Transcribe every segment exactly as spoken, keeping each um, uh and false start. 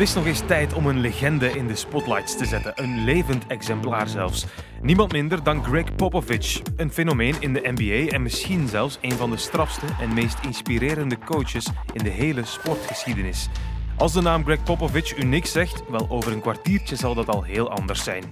is nog eens tijd om een legende in de spotlights te zetten. Een levend exemplaar zelfs. Niemand minder dan Greg Popovich. Een fenomeen in de N B A en misschien zelfs een van de strafste en meest inspirerende coaches in de hele sportgeschiedenis. Als de naam Greg Popovich u niks zegt, wel over een kwartiertje zal dat al heel anders zijn.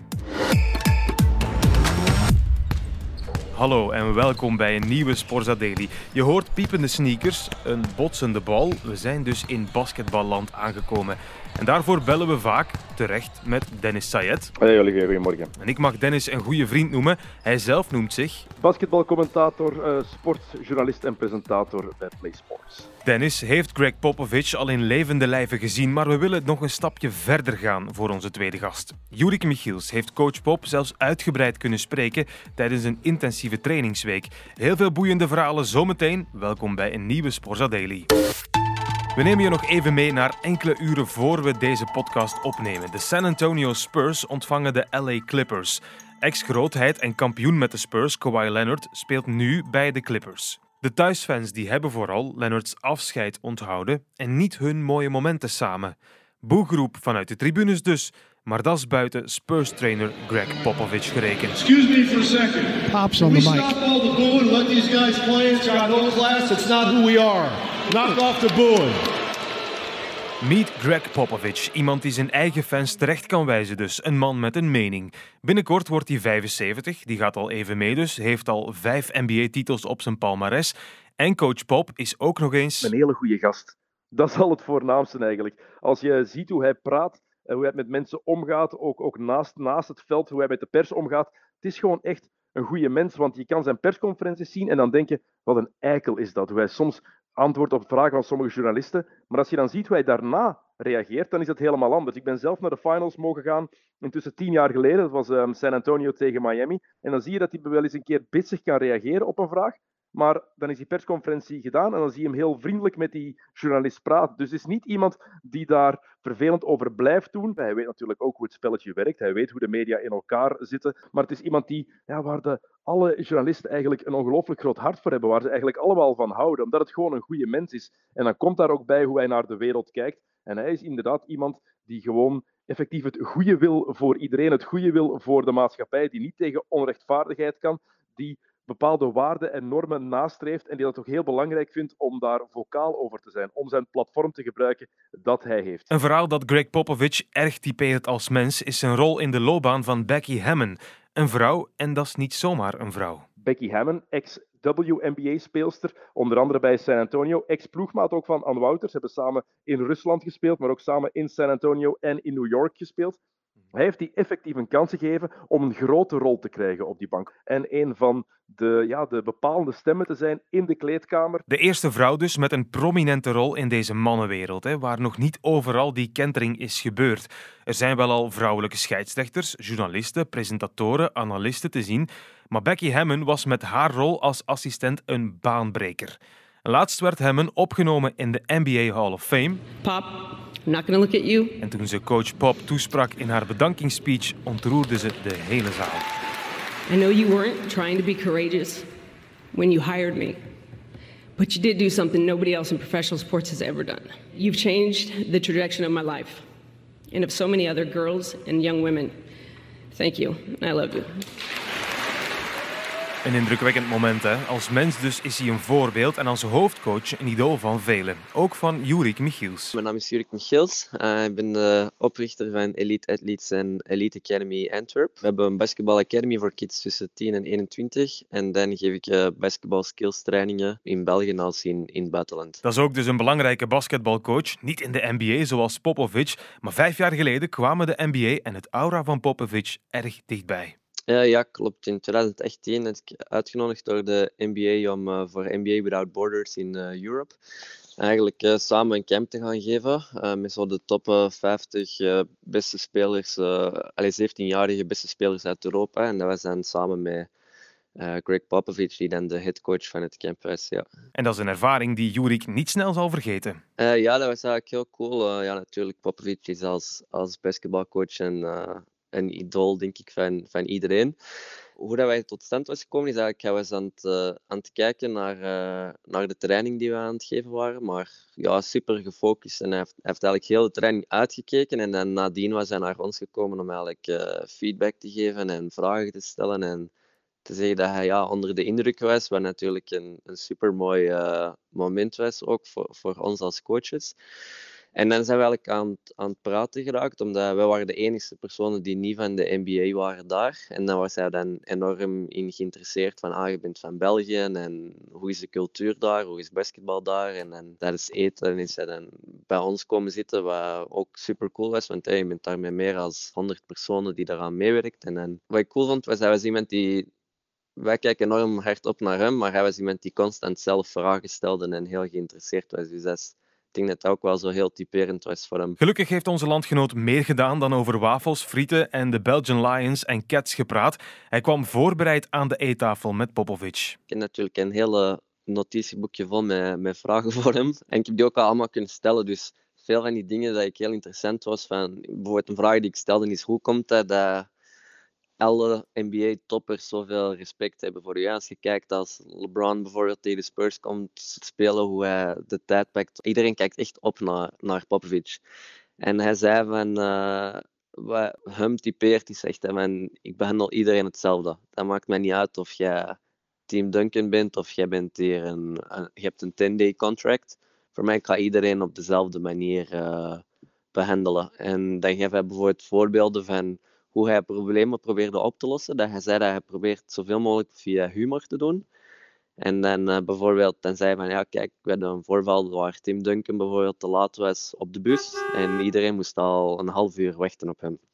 Hallo en welkom bij een nieuwe Sporza Daily. Je hoort piepende sneakers, een botsende bal. We zijn dus in basketballand aangekomen. En daarvoor bellen we vaak, terecht, met Dennis Sayed. Hey Olivier, goedemorgen. En ik mag Dennis een goede vriend noemen. Hij zelf noemt zich... basketbalcommentator, uh, sportjournalist en presentator bij Play Sports. Dennis heeft Greg Popovich al in levende lijven gezien, maar we willen nog een stapje verder gaan voor onze tweede gast. Jurik Michiels heeft coach Pop zelfs uitgebreid kunnen spreken tijdens een intensieve trainingsweek. Heel veel boeiende verhalen zometeen. Welkom bij een nieuwe Sporza Daily. We nemen je nog even mee naar enkele uren voor we deze podcast opnemen. De San Antonio Spurs ontvangen de L A Clippers. Ex-grootheid en kampioen met de Spurs, Kawhi Leonard, speelt nu bij de Clippers. De thuisfans die hebben vooral Leonards afscheid onthouden en niet hun mooie momenten samen. Boegeroep vanuit de tribunes dus, maar dat is buiten Spurs-trainer Greg Popovich gerekend. Excuse me for a second. Pops on the we mic. Stop all the booing and let these guys play. It's got no class. It's not who we are. Knock off the booing. Meet Greg Popovich, iemand die zijn eigen fans terecht kan wijzen dus. Een man met een mening. Binnenkort wordt hij vijfenzeventig, die gaat al even mee dus, heeft al vijf N B A-titels op zijn palmares. En coach Pop is ook nog eens... Een hele goede gast. Dat is al het voornaamste eigenlijk. Als je ziet hoe hij praat, hoe hij met mensen omgaat, ook, ook naast, naast het veld, hoe hij met de pers omgaat. Het is gewoon echt een goede mens, want je kan zijn persconferenties zien en dan denk je, wat een eikel is dat. Hoe hij soms antwoordt op vragen van sommige journalisten. Maar als je dan ziet hoe hij daarna reageert, dan is het helemaal anders. Ik ben zelf naar de finals mogen gaan, intussen tien jaar geleden. Dat was um, San Antonio tegen Miami. En dan zie je dat hij wel eens een keer bitsig kan reageren op een vraag. Maar dan is die persconferentie gedaan en dan zie je hem heel vriendelijk met die journalist praten. Dus het is niet iemand die daar vervelend over blijft doen. Hij weet natuurlijk ook hoe het spelletje werkt. Hij weet hoe de media in elkaar zitten. Maar het is iemand die, ja, waar de, alle journalisten eigenlijk een ongelooflijk groot hart voor hebben. Waar ze eigenlijk allemaal van houden. Omdat het gewoon een goede mens is. En dan komt daar ook bij hoe hij naar de wereld kijkt. En hij is inderdaad iemand die gewoon effectief het goede wil voor iedereen. Het goede wil voor de maatschappij. Die niet tegen onrechtvaardigheid kan. Die bepaalde waarden en normen nastreeft en die dat ook heel belangrijk vindt om daar vocaal over te zijn, om zijn platform te gebruiken dat hij heeft. Een verhaal dat Greg Popovich erg typeert als mens is zijn rol in de loopbaan van Becky Hammon. Een vrouw, en dat is niet zomaar een vrouw. Becky Hammon, ex-W N B A-speelster, onder andere bij San Antonio, ex-ploegmaat ook van Ann Wouters, hebben samen in Rusland gespeeld, maar ook samen in San Antonio en in New York gespeeld. Hij heeft die effectief een kans gegeven om een grote rol te krijgen op die bank. En een van de, ja, de bepalende stemmen te zijn in de kleedkamer. De eerste vrouw dus met een prominente rol in deze mannenwereld, hè, waar nog niet overal die kentering is gebeurd. Er zijn wel al vrouwelijke scheidsrechters, journalisten, presentatoren, analisten te zien. Maar Becky Hammon was met haar rol als assistent een baanbreker. Laatst werd Hammon opgenomen in de N B A Hall of Fame. Pop, I'm not gonna look at you. En toen ze coach Pop toesprak in haar bedankingsspeech, ontroerde ze de hele zaal. I know you weren't trying to be courageous when you hired me, but you did do something nobody else in professional sports has ever done. You've changed the trajectory of my life and of so many other girls and young women. Thank you. I love you. Een indrukwekkend moment, hè? Als mens dus is hij een voorbeeld en als hoofdcoach een idool van velen. Ook van Jurik Michiels. Mijn naam is Jurik Michiels. Uh, ik ben de oprichter van Elite Athletes en Elite Academy Antwerp. We hebben een basketbal academy voor kids tussen tien en eenentwintig. En dan geef ik uh, basketbal skills trainingen in België als in, in het buitenland. Dat is ook dus een belangrijke basketbalcoach. Niet in de N B A zoals Popovich, maar vijf jaar geleden kwamen de N B A en het aura van Popovich erg dichtbij. Uh, ja, klopt. In twintig achttien werd ik uitgenodigd door de N B A om uh, voor N B A Without Borders in uh, Europe eigenlijk uh, samen een camp te gaan geven uh, met zo de top uh, vijftig uh, beste spelers, uh, allez, zeventienjarige beste spelers uit Europa. En dat was dan samen met uh, Greg Popovich, die dan de headcoach van het camp was. Ja. En dat is een ervaring die Jurik niet snel zal vergeten. Uh, ja, dat was eigenlijk heel cool. Uh, ja, natuurlijk, Popovich is als, als basketbalcoach en... Uh, een idool, denk ik, van, van iedereen. Hoe dat wij tot stand was gekomen, is eigenlijk, hij was aan het, uh, aan het kijken naar, uh, naar de training die we aan het geven waren. Maar ja, super gefocust. En hij heeft, hij heeft eigenlijk heel de training uitgekeken. En dan nadien was hij naar ons gekomen om eigenlijk uh, feedback te geven en vragen te stellen. En te zeggen dat hij ja, onder de indruk was, wat natuurlijk een, een super mooi uh, moment was, ook voor, voor ons als coaches. En dan zijn we eigenlijk aan het, aan het praten geraakt, omdat wij waren de enige personen die niet van de N B A waren daar. En dan was hij dan enorm in geïnteresseerd van, ah, je bent van België en hoe is de cultuur daar, hoe is basketbal daar. En dan tijdens eten is hij dan bij ons komen zitten, wat ook super cool was, want hey, je bent daar met meer dan honderd personen die daaraan meewerkt. En dan, wat ik cool vond, was hij was iemand die... Wij kijken enorm hard op naar hem, maar hij was iemand die constant zelf vragen stelde en heel geïnteresseerd was. Dus dat is, ik denk dat dat ook wel zo heel typerend was voor hem. Gelukkig heeft onze landgenoot meer gedaan dan over wafels, frieten en de Belgian Lions en Cats gepraat. Hij kwam voorbereid aan de eettafel met Popovic. Ik heb natuurlijk een hele notitieboekje vol met, met vragen voor hem. En ik heb die ook al allemaal kunnen stellen, dus veel van die dingen dat ik heel interessant was. Van, bijvoorbeeld een vraag die ik stelde is, hoe komt het dat alle N B A-toppers zoveel respect hebben voor je? Als je kijkt als LeBron bijvoorbeeld tegen de Spurs komt spelen, hoe hij de tijd pakt. Iedereen kijkt echt op naar, naar Popovic. En hij zei van, uh, wat hem typeert, is echt van, ik behandel iedereen hetzelfde. Dat maakt mij niet uit of jij Team Duncan bent of jij bent hier een, een, je hebt een tien-day contract. Voor mij kan iedereen op dezelfde manier uh, behandelen. En dan geef hij bijvoorbeeld voorbeelden van hoe hij problemen probeerde op te lossen. Dat hij zei dat hij probeert zoveel mogelijk via humor te doen. En dan uh, bijvoorbeeld, dan zei hij van, ja kijk, we hadden een voorval waar Tim Duncan bijvoorbeeld te laat was op de bus. En iedereen moest al een half uur wachten op hem.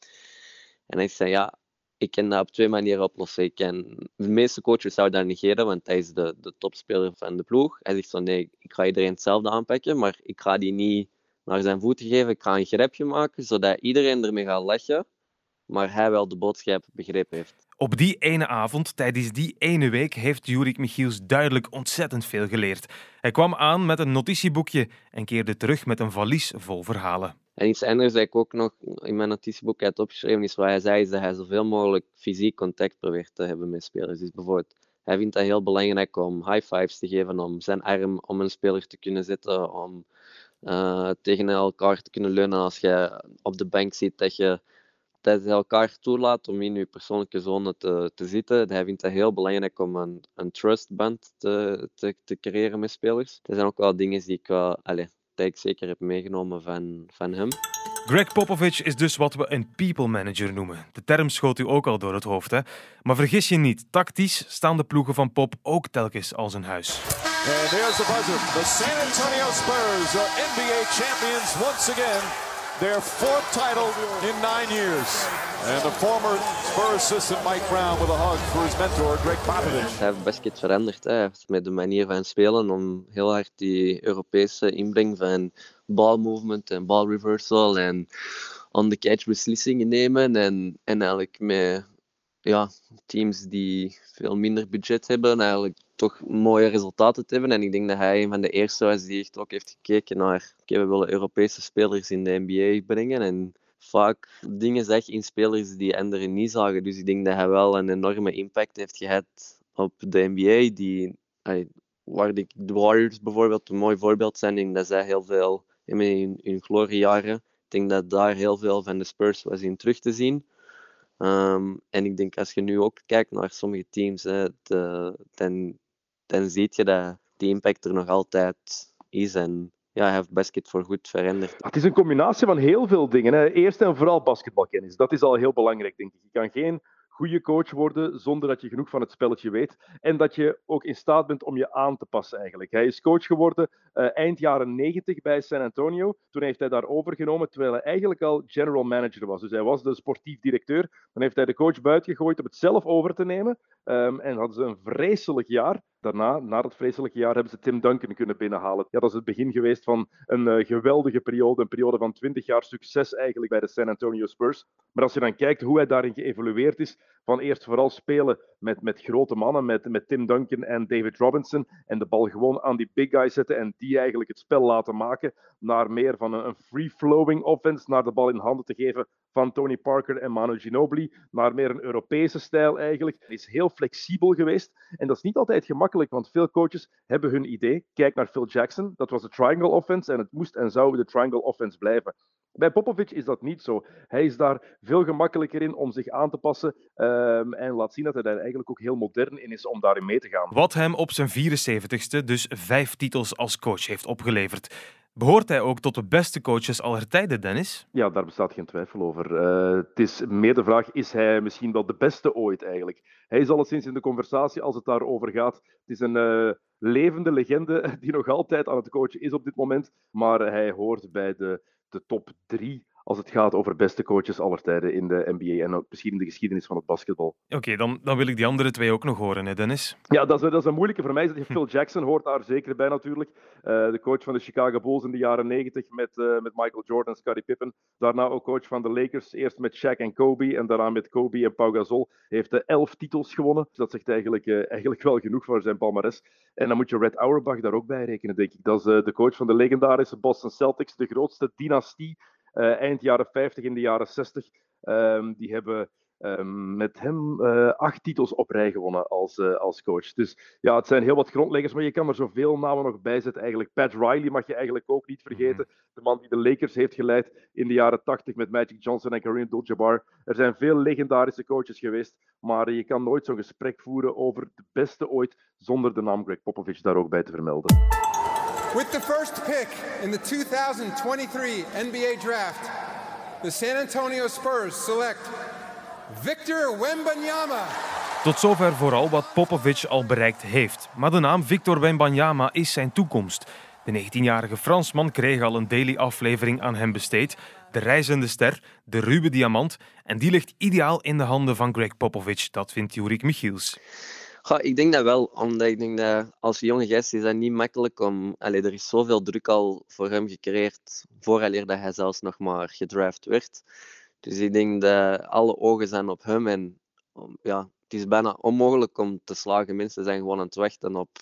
En hij zei, ja, ik kan dat op twee manieren oplossen. Ik kan, de meeste coaches zouden dat negeren, want hij is de, de topspeler van de ploeg. Hij zegt zo, nee, ik ga iedereen hetzelfde aanpakken, maar ik ga die niet naar zijn voeten geven. Ik ga een grepje maken, zodat iedereen ermee gaat lachen, maar hij wel de boodschap begrepen heeft. Op die ene avond, tijdens die ene week, heeft Jurek Michiels duidelijk ontzettend veel geleerd. Hij kwam aan met een notitieboekje en keerde terug met een valies vol verhalen. En iets anders dat ik ook nog in mijn notitieboek had opgeschreven is wat hij zei, is dat hij zoveel mogelijk fysiek contact probeert te hebben met spelers. Dus bijvoorbeeld, hij vindt dat heel belangrijk om high fives te geven, om zijn arm om een speler te kunnen zetten, om uh, tegen elkaar te kunnen leunen als je op de bank zit, dat je dat je elkaar toelaat om in je persoonlijke zone te, te zitten. Hij vindt het heel belangrijk om een, een trustband te, te, te creëren met spelers. Dat zijn ook wel dingen die ik, uh, allez, dat ik zeker heb meegenomen van, van hem. Greg Popovich is dus wat we een people manager noemen. De term schoot u ook al door het hoofd, hè? Maar vergis je niet, tactisch staan de ploegen van Pop ook telkens als een huis. And there's the buzzer. The San Antonio Spurs are N B A champions once again. Their fourth title in nine years. And the former Spurs assistant Mike Brown with a hug for his mentor Greg Popovich. Hij heeft basket veranderd. Hè. Hij heeft met de manier van spelen om heel hard die Europese inbreng van ball movement en ball reversal en on the catch beslissingen nemen. En, en eigenlijk met ja, teams die veel minder budget hebben, eigenlijk toch mooie resultaten te hebben. En ik denk dat hij een van de eerste was die echt ook heeft gekeken naar okay, we willen Europese spelers in de N B A brengen. En vaak dingen zag in spelers die anderen niet zagen. Dus ik denk dat hij wel een enorme impact heeft gehad op de N B A. Die, waar de, de Warriors bijvoorbeeld een mooi voorbeeld zijn. Ik denk dat zij heel veel in hun, hun gloriejaren. Ik denk dat daar heel veel van de Spurs was in terug te zien. Um, en ik denk als je nu ook kijkt naar sommige teams, hè, de, dan, dan zie je dat die impact er nog altijd is. En ja, hij heeft basket voor goed veranderd. Het is een combinatie van heel veel dingen. Hè. Eerst en vooral basketbalkennis. Dat is al heel belangrijk, denk ik. Je kan geen goede coach worden zonder dat je genoeg van het spelletje weet. En dat je ook in staat bent om je aan te passen eigenlijk. Hij is coach geworden uh, eind jaren negentig bij San Antonio. Toen heeft hij daar overgenomen, terwijl hij eigenlijk al general manager was. Dus hij was de sportief directeur. Dan heeft hij de coach buiten gegooid om het zelf over te nemen. Um, en hadden ze een vreselijk jaar. Daarna, na dat vreselijke jaar, hebben ze Tim Duncan kunnen binnenhalen. Ja, dat is het begin geweest van een uh, geweldige periode. Een periode van twintig jaar succes eigenlijk bij de San Antonio Spurs. Maar als je dan kijkt hoe hij daarin geëvolueerd is, van eerst vooral spelen met, met grote mannen, met, met Tim Duncan en David Robinson, en de bal gewoon aan die big guy zetten en die eigenlijk het spel laten maken, naar meer van een, een free-flowing offense, naar de bal in handen te geven van Tony Parker en Manu Ginobili naar meer een Europese stijl eigenlijk. Hij is heel flexibel geweest en dat is niet altijd gemakkelijk, want veel coaches hebben hun idee. Kijk naar Phil Jackson, dat was de triangle offense en het moest en zou de triangle offense blijven. Bij Popovic is dat niet zo. Hij is daar veel gemakkelijker in om zich aan te passen um, en laat zien dat hij daar eigenlijk ook heel modern in is om daarin mee te gaan. Wat hem op zijn vierenzeventigste dus vijf titels als coach heeft opgeleverd. Behoort hij ook tot de beste coaches aller tijden, Dennis? Ja, daar bestaat geen twijfel over. Uh, het is meer de vraag, is hij misschien wel de beste ooit eigenlijk? Hij is alleszins in de conversatie als het daarover gaat. Het is een uh, levende legende die nog altijd aan het coachen is op dit moment, maar hij hoort bij de, de top drie als het gaat over beste coaches aller tijden in de N B A en ook misschien in de geschiedenis van het basketbal. Oké, okay, dan, dan wil ik die andere twee ook nog horen, hè, Dennis? Ja, dat is, dat is een moeilijke voor mij. Phil Jackson hoort daar zeker bij natuurlijk. Uh, de coach van de Chicago Bulls in de jaren negentig met, uh, met Michael Jordan en Scottie Pippen. Daarna ook coach van de Lakers, eerst met Shaq en Kobe en daarna met Kobe en Pau Gasol. Hij heeft uh, elf titels gewonnen. Dus dat zegt eigenlijk, uh, eigenlijk wel genoeg voor zijn palmares. En dan moet je Red Auerbach daar ook bij rekenen, denk ik. Dat is uh, de coach van de legendarische Boston Celtics, de grootste dynastie. Uh, eind jaren vijftig, in de jaren zestig. Um, die hebben um, met hem uh, acht titels op rij gewonnen als, uh, als coach. Dus ja, het zijn heel wat grondleggers, maar je kan er zoveel namen nog bij zetten. Eigenlijk Pat Riley mag je eigenlijk ook niet vergeten. De man die de Lakers heeft geleid in de jaren tachtig met Magic Johnson en Kareem Abdul-Jabbar. Er zijn veel legendarische coaches geweest, maar je kan nooit zo'n gesprek voeren over de beste ooit zonder de naam Greg Popovich daar ook bij te vermelden. With the first pick in the two thousand twenty-three N B A Draft, the San Antonio Spurs select Victor Wembanyama. Tot zover vooral wat Popovich al bereikt heeft. Maar de naam Victor Wembanyama is zijn toekomst. De negentienjarige Fransman kreeg al een daily aflevering aan hem besteed. De reizende ster, de ruwe diamant. En die ligt ideaal in de handen van Greg Popovich. Dat vindt Jurik Michiels. Ja, ik denk dat wel, omdat ik denk dat als jonge gast is dat niet makkelijk om... Allee, er is zoveel druk al voor hem gecreëerd, vooraleer dat hij zelfs nog maar gedraft werd. Dus ik denk dat alle ogen zijn op hem en ja, het is bijna onmogelijk om te slagen. Mensen zijn gewoon aan het wachten op,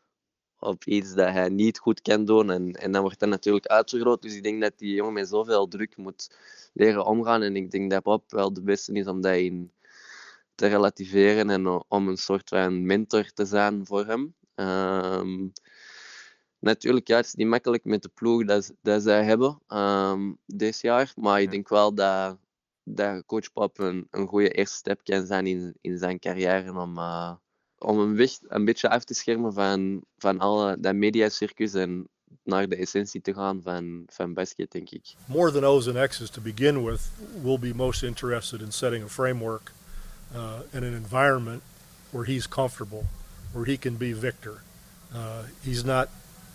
op iets dat hij niet goed kan doen en, en dan wordt hij natuurlijk uitvergroot. Dus ik denk dat die jongen met zoveel druk moet leren omgaan en ik denk dat Pop wel de beste is om dat in te relativeren en om een soort van mentor te zijn voor hem. Um, natuurlijk, ja, het is niet makkelijk met de ploeg dat, dat zij hebben um, dit jaar, maar ik denk wel dat, dat coach Pop een, een goede eerste stap kan zijn in, in zijn carrière om, uh, om een, weg, een beetje af te schermen van, van alle dat mediacircus en naar de essentie te gaan van, van basket, denk ik. More than O's and X's to begin with, we'll be most interested in setting a framework Uh, in an environment where he's comfortable, where he can be Victor. Uh, he's not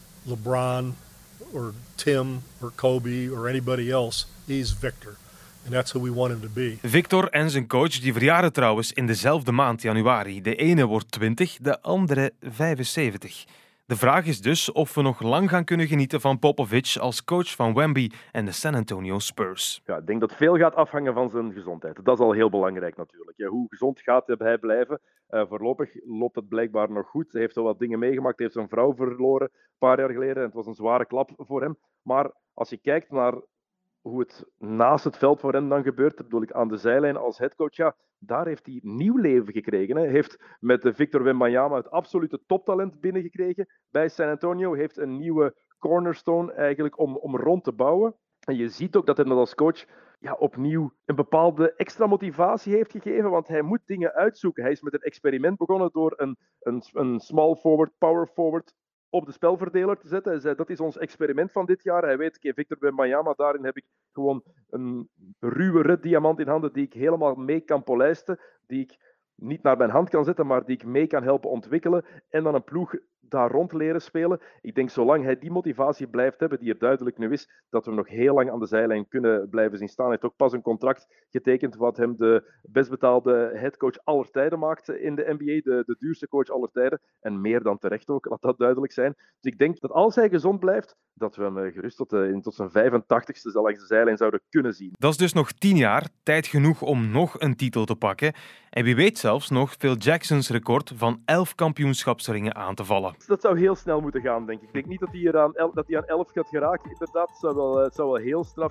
LeBron or Tim or Kobe or anybody else. He's Victor. And that's who we want him to be. Victor en zijn coach die verjaren trouwens in dezelfde maand, januari. De ene wordt twintig, de andere vijfenzeventig. De vraag is dus of we nog lang gaan kunnen genieten van Popovich als coach van Wemby en de San Antonio Spurs. Ja, ik denk dat veel gaat afhangen van zijn gezondheid. Dat is al heel belangrijk natuurlijk. Ja, hoe gezond gaat hij blijven? Uh, voorlopig loopt het blijkbaar nog goed. Hij heeft al wat dingen meegemaakt. Hij heeft zijn vrouw verloren een paar jaar geleden. En het was een zware klap voor hem. Maar als je kijkt naar hoe het naast het veld voor hem dan gebeurt, dat bedoel ik aan de zijlijn als headcoach, ja, daar heeft hij nieuw leven gekregen. Hij heeft met Victor Wembanyama het absolute toptalent binnengekregen bij San Antonio. Heeft een nieuwe cornerstone eigenlijk om, om rond te bouwen. En je ziet ook dat hij dat als coach ja, opnieuw een bepaalde extra motivatie heeft gegeven, want hij moet dingen uitzoeken. Hij is met een experiment begonnen door een, een, een small forward, power forward op de spelverdeler te zetten. Hij zei, dat is ons experiment van dit jaar. Hij weet, okay, Victor Wembanyama, daarin heb ik gewoon een ruwe red diamant in handen die ik helemaal mee kan polijsten, die ik niet naar mijn hand kan zetten, maar die ik mee kan helpen ontwikkelen en dan een ploeg daar rond leren spelen. Ik denk, zolang hij die motivatie blijft hebben, die er duidelijk nu is, dat we hem nog heel lang aan de zijlijn kunnen blijven zien staan. Hij heeft ook pas een contract getekend wat hem de best betaalde headcoach aller tijden maakt in de N B A, de, de duurste coach aller tijden. En meer dan terecht ook, laat dat duidelijk zijn. Dus ik denk dat als hij gezond blijft, dat we hem gerust tot, de, tot zijn vijfentachtigste langs de zijlijn zouden kunnen zien. Dat is dus nog tien jaar, tijd genoeg om nog een titel te pakken. En wie weet zelfs nog Phil Jacksons record van elf kampioenschapsringen aan te vallen. Dat zou heel snel moeten gaan, denk ik. Ik denk niet dat hij, er aan, el- dat hij aan elf gaat geraken. Inderdaad, het zou wel, het zou wel heel straf zijn.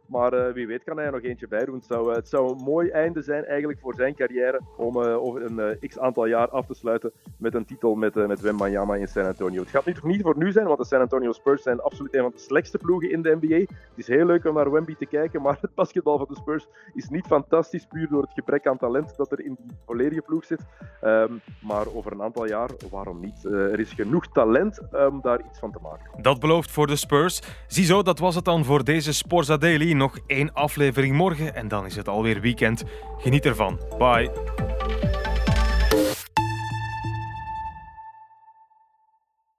Maar uh, wie weet kan hij er nog eentje bij doen. Het zou, uh, het zou een mooi einde zijn eigenlijk voor zijn carrière om uh, over een uh, x aantal jaar af te sluiten met een titel met, uh, met Wembanyama in San Antonio. Het gaat nu toch niet voor nu zijn, want de San Antonio Spurs zijn absoluut een van de slechtste ploegen in de N B A. Het is heel leuk om naar Wemby te kijken, maar het basketbal van de Spurs is niet fantastisch, puur door het gebrek aan talent dat er in die volledige ploeg zit. Um, maar over een aantal jaar, waarom niet? Uh, er is genoeg talent om daar iets van te maken. Dat belooft voor de Spurs. Ziezo, dat was het dan voor deze Sporza Daily. Nog één aflevering morgen en dan is het alweer weekend. Geniet ervan. Bye.